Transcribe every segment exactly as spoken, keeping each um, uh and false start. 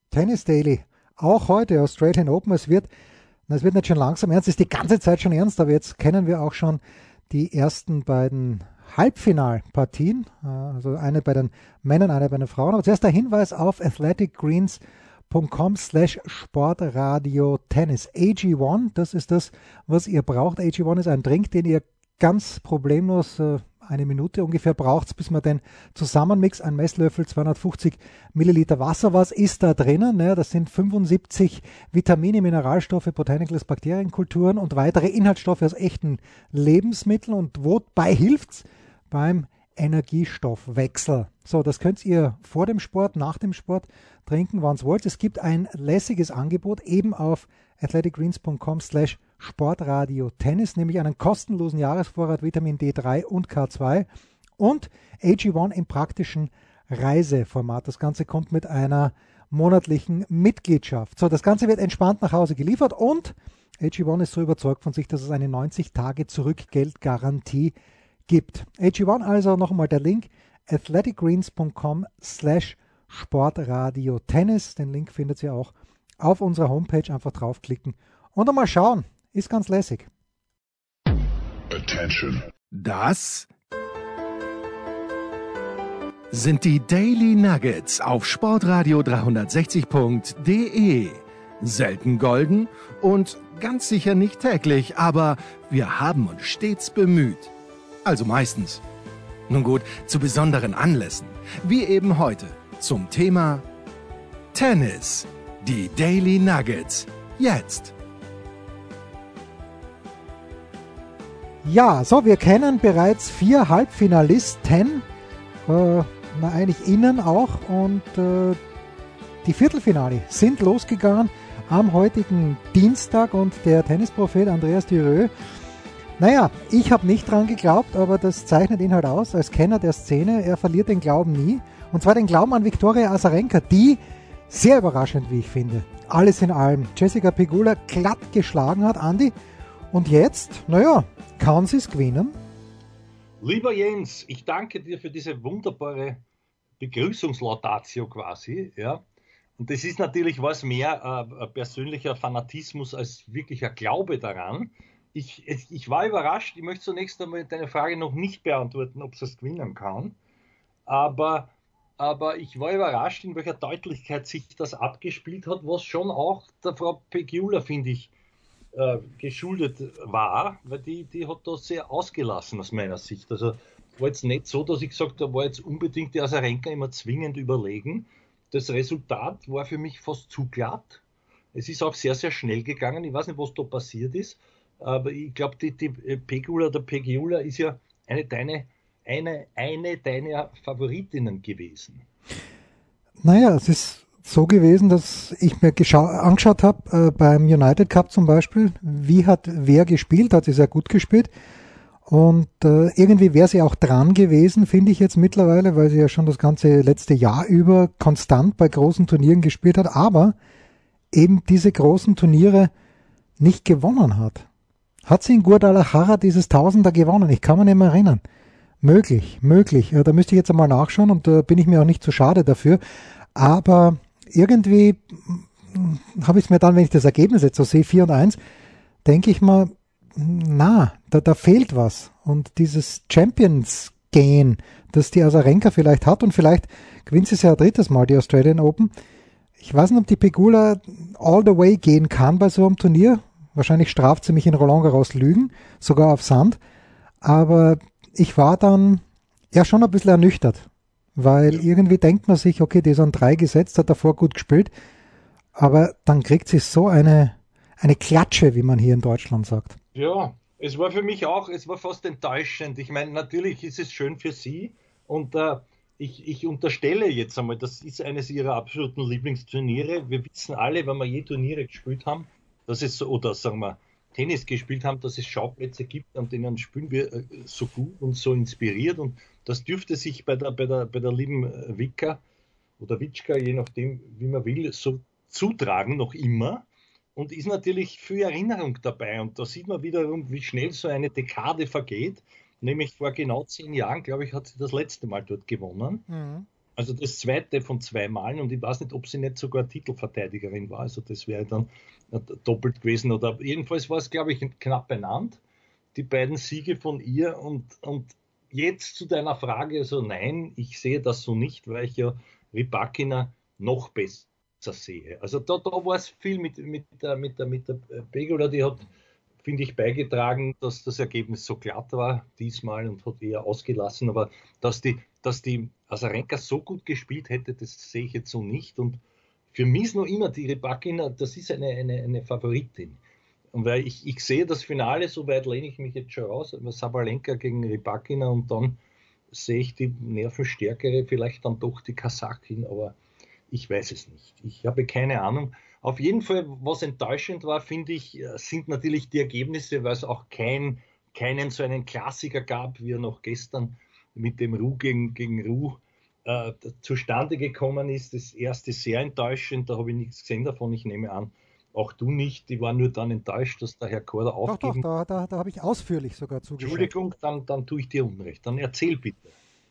Tennis Daily. Auch heute Australian Open. Es wird, es wird nicht schon langsam ernst, es ist die ganze Zeit schon ernst, aber jetzt kennen wir auch schon die ersten beiden Halbfinalpartien. Also eine bei den Männern, eine bei den Frauen. Aber zuerst der Hinweis auf athleticgreens.com slash Sportradio Tennis. A G eins, das ist das, was ihr braucht. A G eins ist ein Drink, den ihr ganz problemlos äh, eine Minute ungefähr braucht es, bis man den zusammenmixt. Ein Messlöffel, zweihundertfünfzig Milliliter Wasser. Was ist da drinnen? Ja, das sind fünfundsiebzig Vitamine, Mineralstoffe, Botanicals, Bakterienkulturen und weitere Inhaltsstoffe aus echten Lebensmitteln. Und wobei hilft es? Beim Energiestoffwechsel. So, das könnt ihr vor dem Sport, nach dem Sport trinken, wann ihr wollt. Es gibt ein lässiges Angebot eben auf athleticgreens.com slash Sportradio Tennis, nämlich einen kostenlosen Jahresvorrat Vitamin D drei und K zwei und A G eins im praktischen Reiseformat. Das Ganze kommt mit einer monatlichen Mitgliedschaft. So, das Ganze wird entspannt nach Hause geliefert und A G eins ist so überzeugt von sich, dass es eine neunzig Tage Zurückgeldgarantie gibt. A G eins also noch einmal der Link athleticgreens.com slash Sportradio Tennis. Den Link findet ihr auch auf unserer Homepage. Einfach draufklicken und einmal schauen. Ist ganz lässig. Attention. Das sind die Daily Nuggets auf Sportradio dreihundertsechzig Punkt de. Selten golden und ganz sicher nicht täglich, aber wir haben uns stets bemüht. Also meistens. Nun gut, zu besonderen Anlässen, wie eben heute zum Thema Tennis. Die Daily Nuggets. Jetzt. Ja, so, wir kennen bereits vier Halbfinalisten, äh, na eigentlich innen auch, und äh, die Viertelfinale sind losgegangen am heutigen Dienstag und der Tennisprophet Andreas Thürö, naja, ich habe nicht dran geglaubt, aber das zeichnet ihn halt aus, als Kenner der Szene, er verliert den Glauben nie, und zwar den Glauben an Viktoria Azarenka, die, sehr überraschend wie ich finde, alles in allem Jessica Pegula glatt geschlagen hat, Andi, und jetzt, naja, kann sie es gewinnen? Lieber Jens, ich danke dir für diese wunderbare Begrüßungslaudatio quasi. Ja. Und das ist natürlich was mehr äh, persönlicher Fanatismus als wirklicher Glaube daran. Ich, ich war überrascht, ich möchte zunächst einmal deine Frage noch nicht beantworten, ob sie es gewinnen kann. Aber, aber ich war überrascht, in welcher Deutlichkeit sich das abgespielt hat, was schon auch der Frau Pegula, finde ich, Äh, geschuldet war, weil die, die hat das sehr ausgelassen aus meiner Sicht. Also war jetzt nicht so, dass ich gesagt habe, war jetzt unbedingt die Azarenka immer zwingend überlegen. Das Resultat war für mich fast zu glatt. Es ist auch sehr, sehr schnell gegangen. Ich weiß nicht, was da passiert ist, aber ich glaube, die, die Pegula, der Pegula ist ja eine deiner eine, eine deiner Favoritinnen gewesen. Naja, es ist so gewesen, dass ich mir angeschaut habe, äh, beim United Cup zum Beispiel, wie hat wer gespielt, hat sie sehr gut gespielt und äh, irgendwie wäre sie auch dran gewesen, finde ich jetzt mittlerweile, weil sie ja schon das ganze letzte Jahr über konstant bei großen Turnieren gespielt hat, aber eben diese großen Turniere nicht gewonnen hat. Hat sie in Guadalajara dieses Tausender gewonnen? Ich kann mich nicht mehr erinnern. Möglich, möglich. Ja, da müsste ich jetzt einmal nachschauen und da äh, bin ich mir auch nicht zu schade dafür, aber irgendwie habe ich es mir dann, wenn ich das Ergebnis jetzt so sehe, vier und eins, denke ich mal, na, da, da fehlt was. Und dieses Champions-Gehen, das die Azarenka vielleicht hat, und vielleicht gewinnt sie es ja ein drittes Mal, die Australian Open. Ich weiß nicht, ob die Pegula all the way gehen kann bei so einem Turnier. Wahrscheinlich straft sie mich in Roland Garros Lügen, sogar auf Sand. Aber ich war dann ja schon ein bisschen ernüchtert. Weil irgendwie denkt man sich, okay, die ist an drei gesetzt, hat davor gut gespielt, aber dann kriegt sie so eine, eine Klatsche, wie man hier in Deutschland sagt. Ja, es war für mich auch, es war fast enttäuschend. Ich meine, natürlich ist es schön für sie und äh, ich, ich unterstelle jetzt einmal, das ist eines ihrer absoluten Lieblingsturniere. Wir wissen alle, wenn wir je Turniere gespielt haben, dass es so, oder sagen wir, Tennis gespielt haben, dass es Schauplätze gibt, an denen spielen wir äh, so gut und so inspiriert, und das dürfte sich bei der, bei der, bei der lieben Vika oder Witschka, je nachdem, wie man will, so zutragen noch immer, und ist natürlich viel Erinnerung dabei, und da sieht man wiederum, wie schnell so eine Dekade vergeht, nämlich vor genau zehn Jahren, glaube ich, hat sie das letzte Mal dort gewonnen. Mhm. Also das zweite von zwei Malen und ich weiß nicht, ob sie nicht sogar Titelverteidigerin war. Also das wäre dann doppelt gewesen oder jedenfalls war es, glaube ich, knapp benannt, die beiden Siege von ihr und, und jetzt zu deiner Frage, also nein, ich sehe das so nicht, weil ich ja Rybakina noch besser sehe. Also da, da war es viel mit, mit, der, mit, der, mit der Pegula, die hat, finde ich, beigetragen, dass das Ergebnis so glatt war diesmal und hat eher ausgelassen, aber dass die, dass die Azarenka so gut gespielt hätte, das sehe ich jetzt so nicht und für mich ist noch immer die Rybakina, das ist eine, eine, eine Favoritin. Und weil ich, ich sehe das Finale, so weit lehne ich mich jetzt schon raus, Sabalenka gegen Rybakina und dann sehe ich die nervenstärkere, vielleicht dann doch die Kasachin, aber ich weiß es nicht. Ich habe keine Ahnung. Auf jeden Fall, was enttäuschend war, finde ich, sind natürlich die Ergebnisse, weil es auch kein, keinen so einen Klassiker gab, wie er noch gestern mit dem Ruh gegen, gegen Ruh äh, zustande gekommen ist. Das erste sehr enttäuschend, da habe ich nichts gesehen davon, ich nehme an. Auch du nicht, die war nur dann enttäuscht, dass der Herr Korda aufgeben. Doch, doch, da, da, da habe ich ausführlich sogar zugeschaut. Entschuldigung, dann, dann tue ich dir Unrecht. Dann erzähl bitte.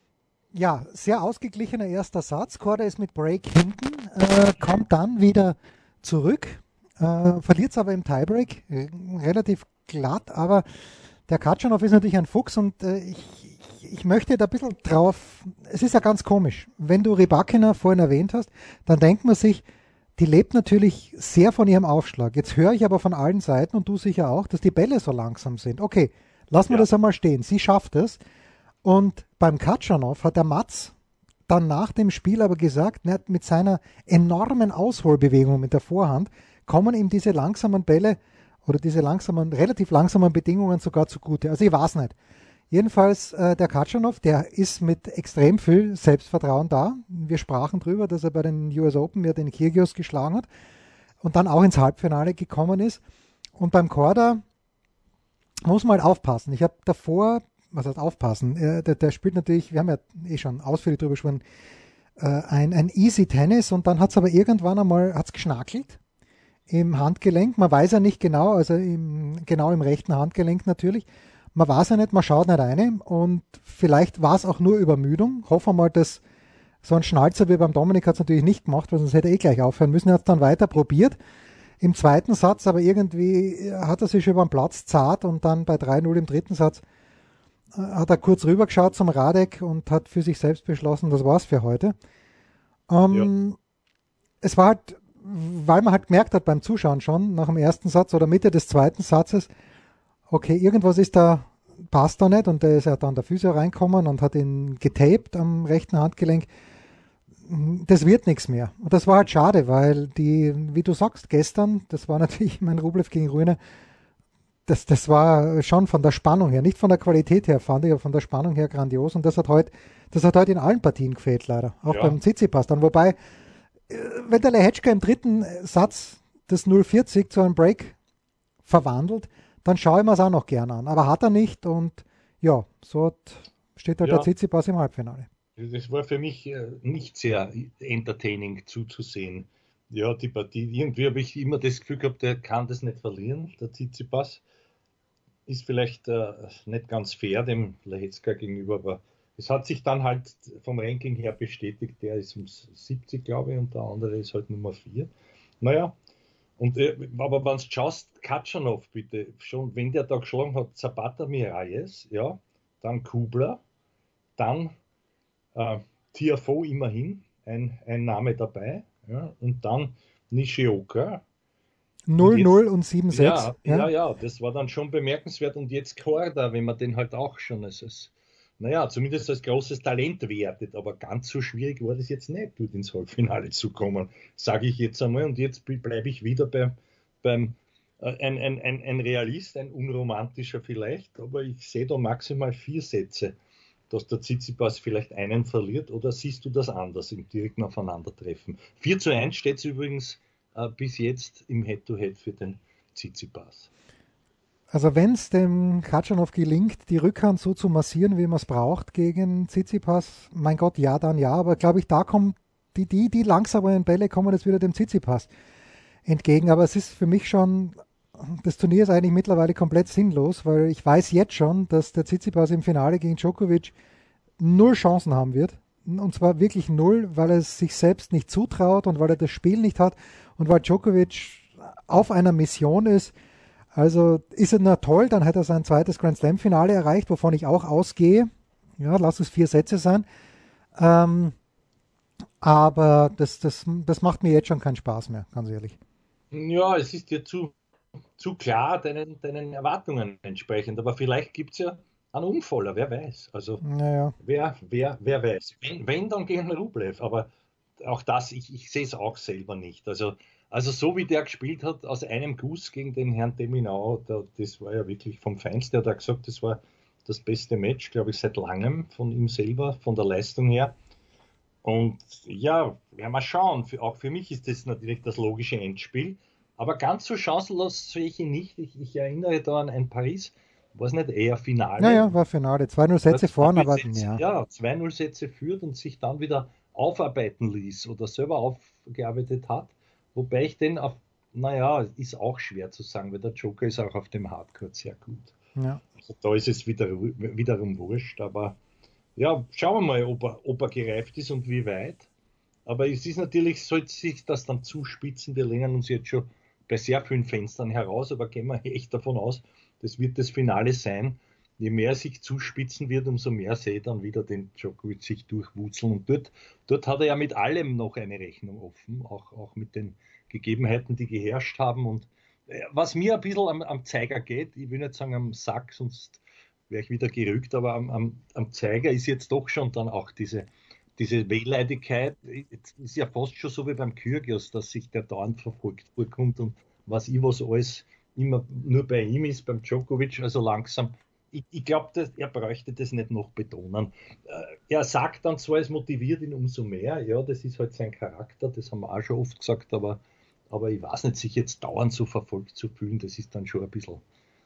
Ja, sehr ausgeglichener erster Satz. Korda ist mit Break hinten, äh, kommt dann wieder zurück, äh, verliert es aber im Tiebreak, äh, relativ glatt, aber der Katschanov ist natürlich ein Fuchs und äh, ich, ich, ich möchte da ein bisschen drauf, es ist ja ganz komisch, wenn du Rybakina vorhin erwähnt hast, dann denkt man sich, die lebt natürlich sehr von ihrem Aufschlag. Jetzt höre ich aber von allen Seiten und du sicher auch, dass die Bälle so langsam sind. Okay, lassen wir ja. das einmal stehen. Sie schafft es. Und beim Katschanov hat der Mats dann nach dem Spiel aber gesagt, mit seiner enormen Ausholbewegung mit der Vorhand kommen ihm diese langsamen Bälle oder diese langsamen, relativ langsamen Bedingungen sogar zugute. Also ich weiß nicht. Jedenfalls äh, der Katschanov, der ist mit extrem viel Selbstvertrauen da. Wir sprachen drüber, dass er bei den U S Open ja den Kyrgios geschlagen hat und dann auch ins Halbfinale gekommen ist. Und beim Korda muss man halt aufpassen. Ich habe davor, was heißt aufpassen, äh, der, der spielt natürlich, wir haben ja eh schon ausführlich drüber gesprochen, äh, ein, ein easy Tennis und dann hat es aber irgendwann einmal hat's geschnackelt im Handgelenk. Man weiß ja nicht genau, also im, genau im rechten Handgelenk natürlich. Man weiß ja nicht, man schaut nicht rein und vielleicht war es auch nur Übermüdung. Hoffen wir mal, dass so ein Schnalzer wie beim Dominik hat es natürlich nicht gemacht, weil sonst hätte er eh gleich aufhören müssen. Er hat es dann weiter probiert. Im zweiten Satz, aber irgendwie hat er sich über den Platz zart und dann bei drei null im dritten Satz hat er kurz rübergeschaut zum Radek und hat für sich selbst beschlossen, das war's für heute. Ähm, ja. Es war halt, weil man halt gemerkt hat beim Zuschauen schon, nach dem ersten Satz oder Mitte des zweiten Satzes, okay, irgendwas ist da, passt da nicht und da ist ja dann der Physio reinkommen und hat ihn getaped am rechten Handgelenk. Das wird nichts mehr. Und das war halt schade, weil die, wie du sagst, gestern, das war natürlich mein Rublev gegen Rune, das, das war schon von der Spannung her, nicht von der Qualität her, fand ich, aber von der Spannung her grandios und das hat heute, das hat heute in allen Partien gefehlt, leider. Auch ja. beim Tsitsipas dann. Wobei, wenn der Lehečka im dritten Satz das null vierzig zu einem Break verwandelt, dann schaue ich mir es auch noch gerne an. Aber hat er nicht und ja, so hat, steht halt ja. der Tsitsipas im Halbfinale. Das war für mich nicht sehr entertaining zuzusehen. Ja, die Partie, irgendwie habe ich immer das Gefühl gehabt, der kann das nicht verlieren, der Tsitsipas. Ist vielleicht äh, nicht ganz fair dem Lehečka gegenüber, aber es hat sich dann halt vom Ranking her bestätigt, der ist um siebzig, glaube ich, und der andere ist halt Nummer vier. Naja, und, äh, aber wenn du schaust, Katschanov bitte, schon wenn der da geschlagen hat, Zapata Miralles, ja, dann Kubler, dann äh, Tiafoe immerhin, ein, ein Name dabei, ja, und dann Nishioka. null null und sieben sechs. Ja, ja, ja, ja, das war dann schon bemerkenswert und jetzt Korda, wenn man den halt auch schon als, als naja, zumindest als großes Talent wertet, aber ganz so schwierig war das jetzt nicht, dort ins Halbfinale zu kommen, sage ich jetzt einmal. Und jetzt bleibe ich wieder bei, beim äh, ein, ein, ein, ein Realist, ein unromantischer vielleicht, aber ich sehe da maximal vier Sätze, dass der Tsitsipas vielleicht einen verliert, oder siehst du das anders im direkten Aufeinandertreffen? vier zu eins steht es übrigens äh, bis jetzt im Head-to-Head für den Tsitsipas. Also wenn es dem Katschanov gelingt, die Rückhand so zu massieren, wie man es braucht gegen Tsitsipas, mein Gott, ja, dann ja, aber glaube ich, da kommen die, die, die langsameren Bälle kommen jetzt wieder dem Tsitsipas entgegen, aber es ist für mich schon, das Turnier ist eigentlich mittlerweile komplett sinnlos, weil ich weiß jetzt schon, dass der Tsitsipas im Finale gegen Djokovic null Chancen haben wird, und zwar wirklich null, weil er es sich selbst nicht zutraut und weil er das Spiel nicht hat und weil Djokovic auf einer Mission ist. Also ist es nur toll, dann hat er sein zweites Grand Slam-Finale erreicht, wovon ich auch ausgehe. Ja, lass es vier Sätze sein. Ähm, aber das, das, das macht mir jetzt schon keinen Spaß mehr, ganz ehrlich. Ja, es ist dir zu, zu klar deinen, deinen Erwartungen entsprechend. Aber vielleicht gibt es ja einen Umfaller, wer weiß. Also Naja. wer, wer, wer weiß. Wenn, wenn dann gegen Rublev. Aber auch das, ich, ich sehe es auch selber nicht. Also, also so wie der gespielt hat, aus einem Guss gegen den Herrn Deminau, da, das war ja wirklich vom Feinsten. Er hat auch gesagt, das war das beste Match, glaube ich, seit langem von ihm selber, von der Leistung her. Und ja, werden wir schauen. Für, auch für mich ist das natürlich das logische Endspiel. Aber ganz so chancenlos sehe ich ihn nicht. Ich, ich erinnere da an ein Paris, war es nicht eher Finale? Naja, war Finale. zwei null Sätze vorne, aber Sätze, ja. Ja, zwei null Sätze führt und sich dann wieder aufarbeiten ließ oder selber aufgearbeitet hat. Wobei ich den auf, naja, ist auch schwer zu sagen, weil der Joker ist auch auf dem Hardcourt sehr gut. Ja. Also da ist es wieder, wiederum wurscht, aber ja, schauen wir mal, ob er, ob er gereift ist und wie weit. Aber es ist natürlich, sollte sich das dann zuspitzen, wir lehnen uns jetzt schon bei sehr vielen Fenstern heraus, aber gehen wir echt davon aus, das wird das Finale sein. Je mehr sich zuspitzen wird, umso mehr sehe ich dann wieder den Djokovic sich durchwurzeln. Und dort, dort hat er ja mit allem noch eine Rechnung offen, auch, auch mit den Gegebenheiten, die geherrscht haben. Und äh, was mir ein bisschen am, am Zeiger geht, ich will nicht sagen am Sack, sonst wäre ich wieder gerügt, aber am, am, am Zeiger ist jetzt doch schon dann auch diese, diese Wehleidigkeit. Es ist ja fast schon so wie beim Kyrgios, dass sich der dauernd verfolgt vorkommt und was ich was alles immer nur bei ihm ist, beim Djokovic, also langsam. Ich, ich glaube, er bräuchte das nicht noch betonen. Er sagt dann zwar, es motiviert ihn umso mehr, ja, das ist halt sein Charakter, das haben wir auch schon oft gesagt, aber, aber ich weiß nicht, sich jetzt dauernd so verfolgt zu fühlen, das ist dann schon ein bisschen,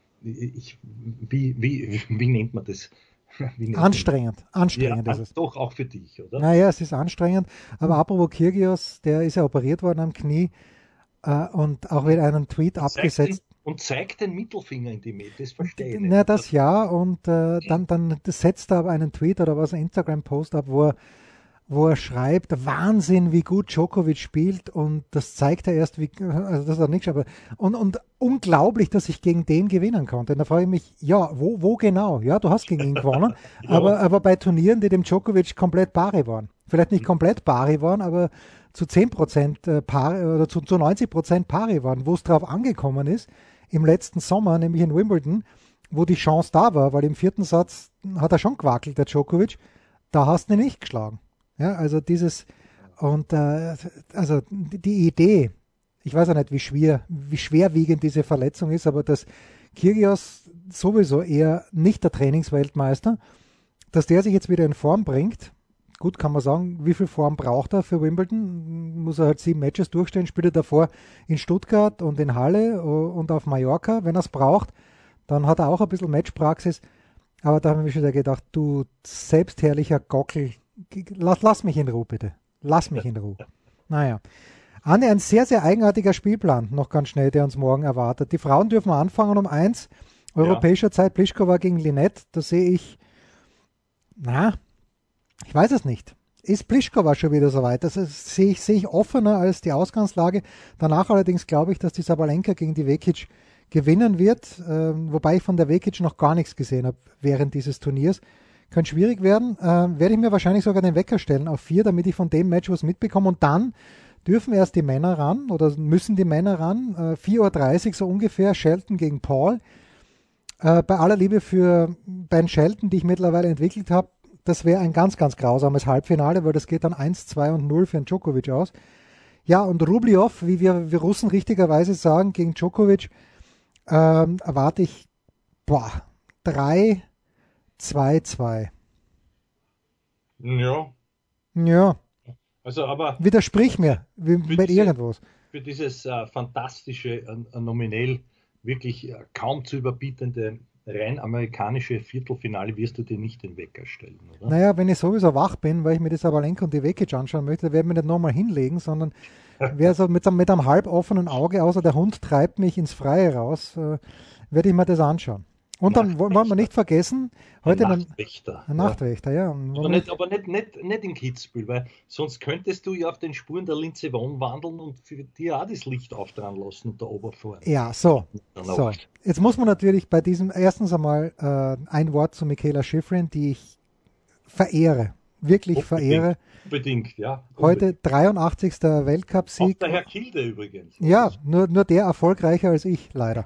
ich, wie, wie, wie nennt man das? Nennt anstrengend, man? anstrengend ja, ist es. Doch, auch für dich, oder? Naja, es ist anstrengend, aber apropos Kyrgios, der ist ja operiert worden am Knie äh, und auch wieder einen Tweet und abgesetzt. Den, und zeigt den Mittelfinger in die Mitte, das verstehe ich nicht. Na, das ja, und äh, dann, dann setzt er aber einen Tweet oder was, einen Instagram-Post ab, wo er, wo er schreibt, Wahnsinn, wie gut Djokovic spielt und das zeigt er erst, wie, also das hat er nicht, aber und, und unglaublich, dass ich gegen den gewinnen konnte. Und da frage ich mich, ja, wo, wo genau? Ja, du hast gegen ihn gewonnen, ja. aber, aber bei Turnieren, die dem Djokovic komplett pari waren. Vielleicht nicht komplett pari waren, aber zu zehn Prozent pari oder zu, zu neunzig Prozent pari waren, wo es drauf angekommen ist, im letzten Sommer, nämlich in Wimbledon, wo die Chance da war, weil im vierten Satz hat er schon gewackelt, der Djokovic, da hast du ihn nicht geschlagen. Ja, also dieses, und äh, also die Idee, ich weiß ja nicht, wie schwer, wie schwerwiegend diese Verletzung ist, aber dass Kyrgios sowieso eher nicht der Trainingsweltmeister, dass der sich jetzt wieder in Form bringt. Gut, kann man sagen, wie viel Form braucht er für Wimbledon? Muss er halt sieben Matches durchstehen, spielt er davor in Stuttgart und in Halle und auf Mallorca. Wenn er es braucht, dann hat er auch ein bisschen Matchpraxis. Aber da habe ich mir schon gedacht, du selbstherrlicher Gockel, lass, lass mich in Ruhe bitte. Lass mich in Ruhe. Naja. Anne, ein sehr, sehr eigenartiger Spielplan, noch ganz schnell, der uns morgen erwartet. Die Frauen dürfen anfangen um eins, europäischer ja. Zeit, Pliskova gegen Linette. Da sehe ich, na, ich weiß es nicht. Ist Pliskova schon wieder soweit? Das ist, sehe ich, sehe ich offener als die Ausgangslage. Danach allerdings glaube ich, dass die Sabalenka gegen die Vekic gewinnen wird, äh, wobei ich von der Vekic noch gar nichts gesehen habe während dieses Turniers. Könnte schwierig werden. Äh, werde ich mir wahrscheinlich sogar den Wecker stellen auf vier, damit ich von dem Match was mitbekomme. Und dann dürfen erst die Männer ran oder müssen die Männer ran. Äh, vier Uhr dreißig so ungefähr, Shelton gegen Paul. Äh, bei aller Liebe für Ben Shelton, die ich mittlerweile entwickelt habe, das wäre ein ganz, ganz grausames Halbfinale, weil das geht dann eins, zwei und null für den Djokovic aus. Ja, und Rublev, wie wir, wir Russen richtigerweise sagen, gegen Djokovic ähm, erwarte ich boah, drei, zwei, zwei. Ja. Ja. Also, aber widersprich mir mit diese, irgendwas. Für dieses äh, fantastische, äh, nominell wirklich äh, kaum zu überbietende rein amerikanische Viertelfinale wirst du dir nicht den Wecker stellen, oder? Naja, wenn ich sowieso wach bin, weil ich mir die Sabalenka und die Vekic anschauen möchte, werde ich mich nicht nochmal hinlegen, sondern wäre so mit, mit einem halb offenen Auge, außer der Hund treibt mich ins Freie raus, äh, werde ich mir das anschauen. Und dann wollen wir nicht vergessen, heute ein Nachtwächter. Ein Nachtwächter, ja. ja. Aber, nicht, aber nicht, nicht, nicht in Kitzbühel, weil sonst könntest du ja auf den Spuren der Linze Vonn wandeln und für dir auch das Licht aufdrehen lassen und da oben fahren. Ja, so. so. Jetzt muss man natürlich bei diesem erstens einmal äh, ein Wort zu Mikaela Shiffrin, die ich verehre, wirklich unbedingt, verehre. Unbedingt, ja. Unbedingt. Heute dreiundachtzigster Weltcupsieg. Auch der Herr Kilde übrigens. Ja, nur, nur der erfolgreicher als ich, leider.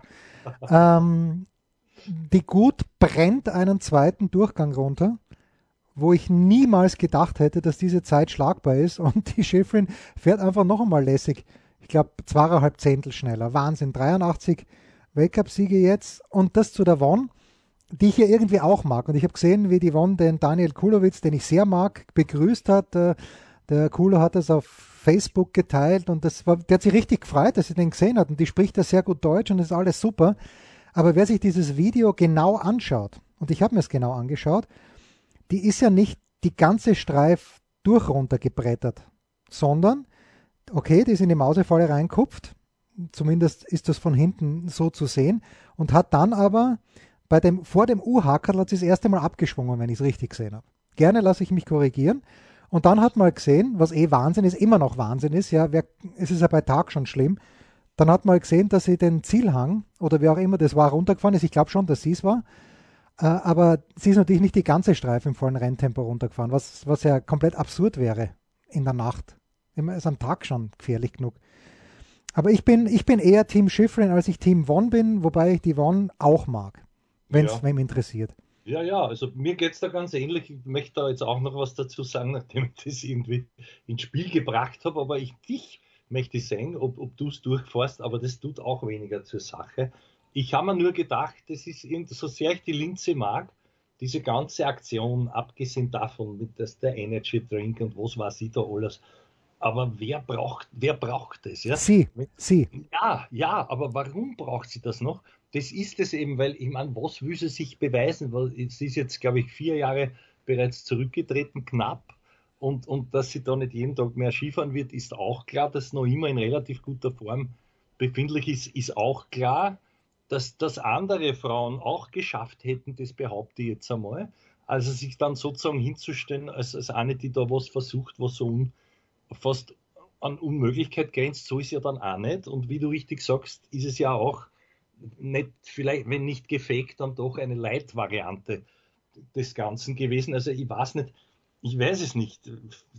ähm, die Gut brennt einen zweiten Durchgang runter, wo ich niemals gedacht hätte, dass diese Zeit schlagbar ist. Und die Shiffrin fährt einfach noch einmal lässig. Ich glaube, zweieinhalb Zehntel schneller. Wahnsinn, dreiundachtzig Weltcupsiege jetzt. Und das zu der Vonn, die ich ja irgendwie auch mag. Und ich habe gesehen, wie die Vonn den Daniel Kulowitz, den ich sehr mag, begrüßt hat. Der Kulo hat das auf Facebook geteilt und das war, der hat sich richtig gefreut, dass sie den gesehen hat. Und die spricht ja sehr gut Deutsch und das ist alles super. Aber wer sich dieses Video genau anschaut, und ich habe mir es genau angeschaut, die ist ja nicht die ganze Streif durch runtergebrettert, sondern, okay, die ist in die Mausefalle reinkupft, zumindest ist das von hinten so zu sehen, und hat dann aber bei dem, vor dem U-Hackerl hat sie das erste Mal abgeschwungen, wenn ich es richtig gesehen habe. Gerne lasse ich mich korrigieren. Und dann hat man gesehen, was eh Wahnsinn ist, immer noch Wahnsinn ist, ja, wer, es ist ja bei Tag schon schlimm, dann hat man gesehen, dass sie den Zielhang oder wie auch immer das war, runtergefahren ist. Ich glaube schon, dass sie es war. Äh, aber sie ist natürlich nicht die ganze Streife im vollen Renntempo runtergefahren, was, was ja komplett absurd wäre in der Nacht. Immer ist am Tag schon gefährlich genug. Aber ich bin, ich bin eher Team Shiffrin, als ich Team Vonn bin, wobei ich die Vonn auch mag, wenn es ja. wem interessiert. Ja, ja, also mir geht es da ganz ähnlich. Ich möchte da jetzt auch noch was dazu sagen, nachdem ich das irgendwie ins Spiel gebracht habe, aber ich dich möchte sehen, ob, ob du es durchfährst, aber das tut auch weniger zur Sache. Ich habe mir nur gedacht, das ist so sehr ich die Linze mag, diese ganze Aktion, abgesehen davon, mit das, der Energy Drink und was weiß ich da alles, aber wer braucht, wer braucht das? Ja? Sie, sie. Ja, ja, aber warum braucht sie das noch? Das ist es eben, weil, ich meine, was will sie sich beweisen? Weil sie ist jetzt, glaube ich, vier Jahre bereits zurückgetreten, knapp. Und, und dass sie da nicht jeden Tag mehr Skifahren wird, ist auch klar. Dass sie noch immer in relativ guter Form befindlich ist, ist auch klar. Dass, dass andere Frauen auch geschafft hätten, das behaupte ich jetzt einmal. Also sich dann sozusagen hinzustellen, als, als eine, die da was versucht, was so un, fast an Unmöglichkeit grenzt, so ist ja dann auch nicht. Und wie du richtig sagst, ist es ja auch nicht, vielleicht, wenn nicht gefaked, dann doch eine Light-Variante des Ganzen gewesen. Also ich weiß nicht, ich weiß es nicht.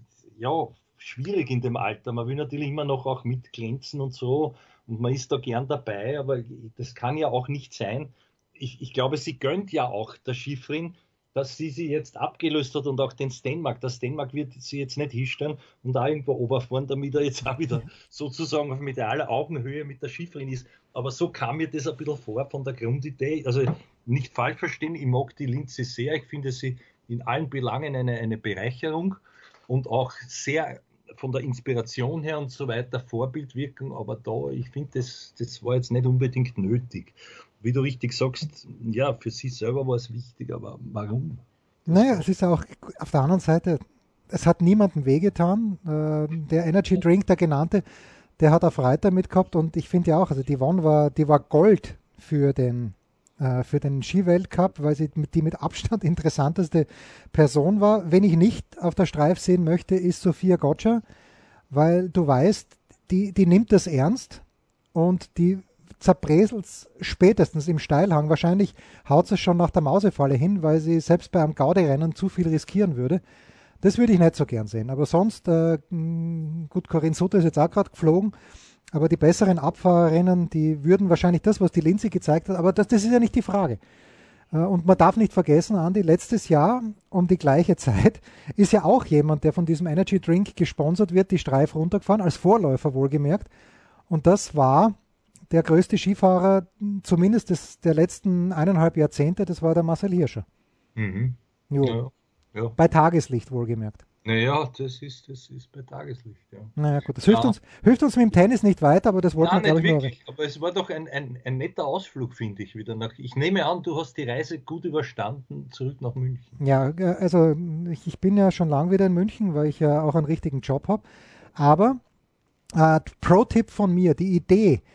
Ja, schwierig in dem Alter. Man will natürlich immer noch auch mitglänzen und so und man ist da gern dabei, aber das kann ja auch nicht sein. Ich, ich glaube, sie gönnt ja auch der Shiffrin, dass sie sie jetzt abgelöst hat und auch den Stenmark. Der Stenmark wird sie jetzt nicht hinstellen und da irgendwo oberfahren, damit er jetzt auch wieder sozusagen auf medialer Augenhöhe mit der Shiffrin ist. Aber so kam mir das ein bisschen vor von der Grundidee. Also nicht falsch verstehen, ich mag die Linze sehr. Ich finde sie in allen Belangen eine, eine Bereicherung und auch sehr von der Inspiration her und so weiter Vorbildwirkung. Aber da, ich finde, das, das war jetzt nicht unbedingt nötig. Wie du richtig sagst, ja, für sie selber war es wichtig, aber warum? Naja, es ist auch auf der anderen Seite, es hat niemandem wehgetan. Äh, der Energy Drink, der genannte, der hat auf Reiter mitgehabt und ich finde ja auch, also die Vonn war, die war Gold für den, äh, für den Skiweltcup, weil sie die mit Abstand interessanteste Person war. Wenn ich nicht auf der Streif sehen möchte, ist Sophia Gotcha, weil du weißt, die, die nimmt das ernst und die zerbröselt spätestens im Steilhang. Wahrscheinlich haut es schon nach der Mausefalle hin, weil sie selbst bei einem Gaudi-Rennen zu viel riskieren würde. Das würde ich nicht so gern sehen. Aber sonst, äh, gut, Corinne Sutter ist jetzt auch gerade geflogen, aber die besseren Abfahrerinnen, die würden wahrscheinlich das, was die Lindsay gezeigt hat, aber das, das ist ja nicht die Frage. Äh, und man darf nicht vergessen, Andi, letztes Jahr um die gleiche Zeit ist ja auch jemand, der von diesem Energy Drink gesponsert wird, die Streif runtergefahren, als Vorläufer wohlgemerkt. Und das war der größte Skifahrer, zumindest des, der letzten eineinhalb Jahrzehnte, das war der Marcel Hirscher. Mhm. Ja, ja. Bei Tageslicht wohlgemerkt. Naja, das ist, das ist bei Tageslicht, ja. Naja, gut, das hilft, ja. uns, hilft uns mit dem Tennis nicht weiter, aber das wollten wir, glaube ich, wirklich, nur. Aber es war doch ein, ein, ein netter Ausflug, finde ich, wieder nach. Ich nehme an, du hast die Reise gut überstanden, zurück nach München. Ja, also ich, ich bin ja schon lange wieder in München, weil ich ja auch einen richtigen Job habe. Aber äh, Pro-Tipp von mir, die Idee,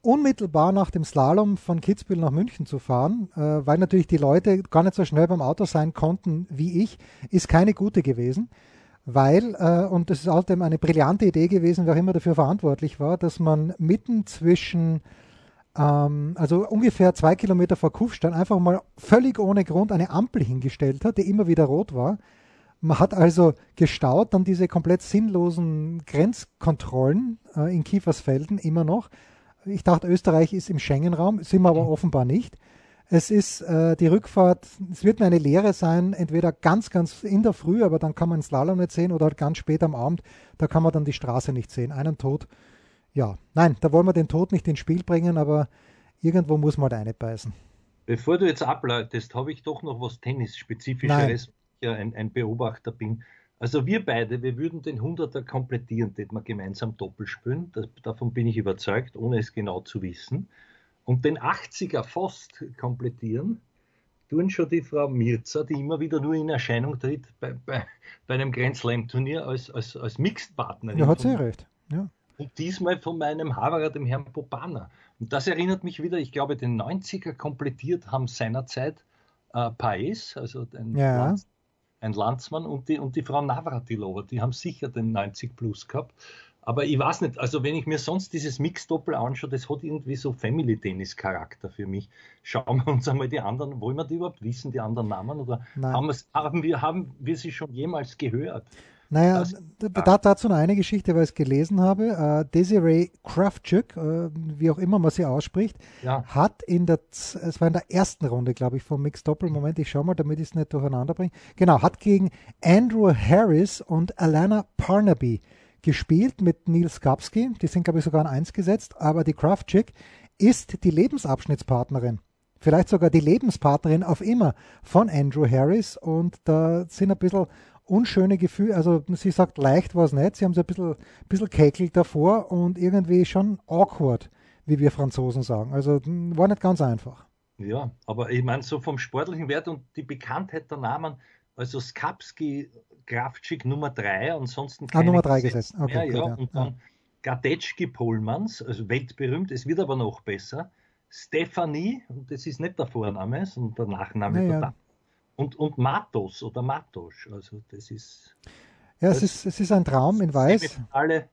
unmittelbar nach dem Slalom von Kitzbühel nach München zu fahren, äh, weil natürlich die Leute gar nicht so schnell beim Auto sein konnten wie ich, ist keine gute gewesen. Weil, äh, und das ist außerdem eine brillante Idee gewesen, wer auch immer dafür verantwortlich war, dass man mitten zwischen, ähm, also ungefähr zwei Kilometer vor Kufstein, einfach mal völlig ohne Grund eine Ampel hingestellt hat, die immer wieder rot war. Man hat also gestaut, dann diese komplett sinnlosen Grenzkontrollen äh, in Kiefersfelden immer noch. Ich dachte, Österreich ist im Schengen-Raum, sind wir aber offenbar nicht. Es ist äh, die Rückfahrt, es wird mir eine Lehre sein, entweder ganz, ganz in der Früh, aber dann kann man den Slalom nicht sehen, oder halt ganz spät am Abend, da kann man dann die Straße nicht sehen. Einen Tod, ja, nein, da wollen wir den Tod nicht ins Spiel bringen, aber irgendwo muss man halt reinbeißen. Bevor du jetzt ableitest, habe ich doch noch was Tennis-Spezifischeres, weil ich ja ein, ein Beobachter bin. Also wir beide, wir würden den Hunderter komplettieren, den wir gemeinsam Doppel spielen. Das, davon bin ich überzeugt, ohne es genau zu wissen. Und den achtziger fast komplettieren, tun schon die Frau Mirza, die immer wieder nur in Erscheinung tritt bei, bei, bei einem Grand Slam-Turnier als, als, als Mixed-Partnerin. Ja, hat sie recht. Ja. Und diesmal von meinem Haverer, dem Herrn Popana. Und das erinnert mich wieder, ich glaube, den neunziger komplettiert haben seinerzeit äh, Paes, also ein ja. Lanz, ein Landsmann und die, und die Frau Navratilova, die haben sicher den neunzig plus gehabt. Aber ich weiß nicht, also wenn ich mir sonst dieses Mix-Doppel anschaue, das hat irgendwie so Family-Tennis-Charakter für mich. Schauen wir uns einmal die anderen, wollen wir die überhaupt wissen, die anderen Namen? Oder haben, haben, wir, haben wir sie schon jemals gehört? Naja, da, dazu noch eine Geschichte, weil ich es gelesen habe. Äh, Desiree Kravchuk, äh, wie auch immer man sie ausspricht, ja. hat in der, es war in der ersten Runde, glaube ich, vom Mix-Doppel, Moment, ich schaue mal, damit ich es nicht durcheinander bringe. Genau, hat gegen Andrew Harris und Alana Parnaby gespielt mit Nils Kapski. Die sind, glaube ich, sogar an eins gesetzt, aber die Kravchuk ist die Lebensabschnittspartnerin. Vielleicht sogar die Lebenspartnerin auf immer von Andrew Harris, und da sind ein bisschen unschöne Gefühle, also sie sagt, leicht war es nicht, sie haben so ein bisschen, bisschen käkelt davor und irgendwie schon awkward, wie wir Franzosen sagen. Also war nicht ganz einfach. Ja, aber ich meine, so vom sportlichen Wert und die Bekanntheit der Namen, also Skapski, Kravchuk Nummer drei, ansonsten keine ah, Nummer drei gesetzt. Okay, mehr, gut, ja. ja. Und dann ja. Gadecki Polmans, also weltberühmt, es wird aber noch besser. Stefanie, und das ist nicht der Vorname, sondern der Nachname. Ja, der ja. Und, und Matos oder Matos, also das ist... Ja, es ist, es ist ein Traum in Weiß. Alle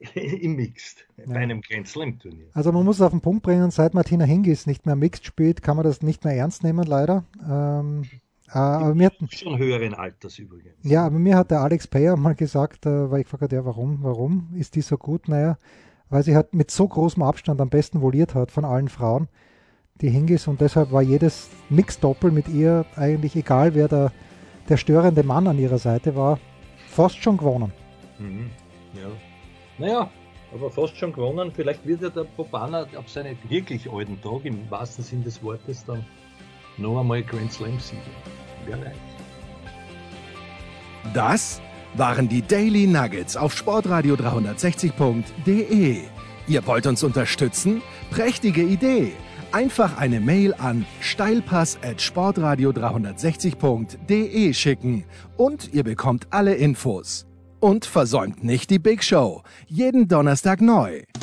im Mixed, ja. bei einem Grand Slam Turnier. Also man muss es auf den Punkt bringen, seit Martina Hingis nicht mehr Mixed spielt, kann man das nicht mehr ernst nehmen, leider. Ähm, äh, aber mir hat, schon höheren Alters übrigens. Ja, aber mir hat der Alex Payer mal gesagt, äh, weil ich gefragt habe, ja, warum, warum ist die so gut? Naja, weil sie halt mit so großem Abstand am besten voliert hat von allen Frauen, die Hingis, und deshalb war jedes Mix-Doppel mit ihr eigentlich, egal wer der, der störende Mann an ihrer Seite war, fast schon gewonnen. Mhm. Ja. Naja, aber fast schon gewonnen. Vielleicht wird ja der Popana auf seinen wirklich alten Tag, im wahrsten Sinn des Wortes, dann noch einmal Grand Slam Sieger. Wer weiß. Das waren die Daily Nuggets auf sportradio dreihundertsechzig punkt de. Ihr wollt uns unterstützen? Prächtige Idee! Einfach eine Mail an steilpass at sportradio dreihundertsechzig punkt de schicken und ihr bekommt alle Infos. Und versäumt nicht die Big Show. Jeden Donnerstag neu.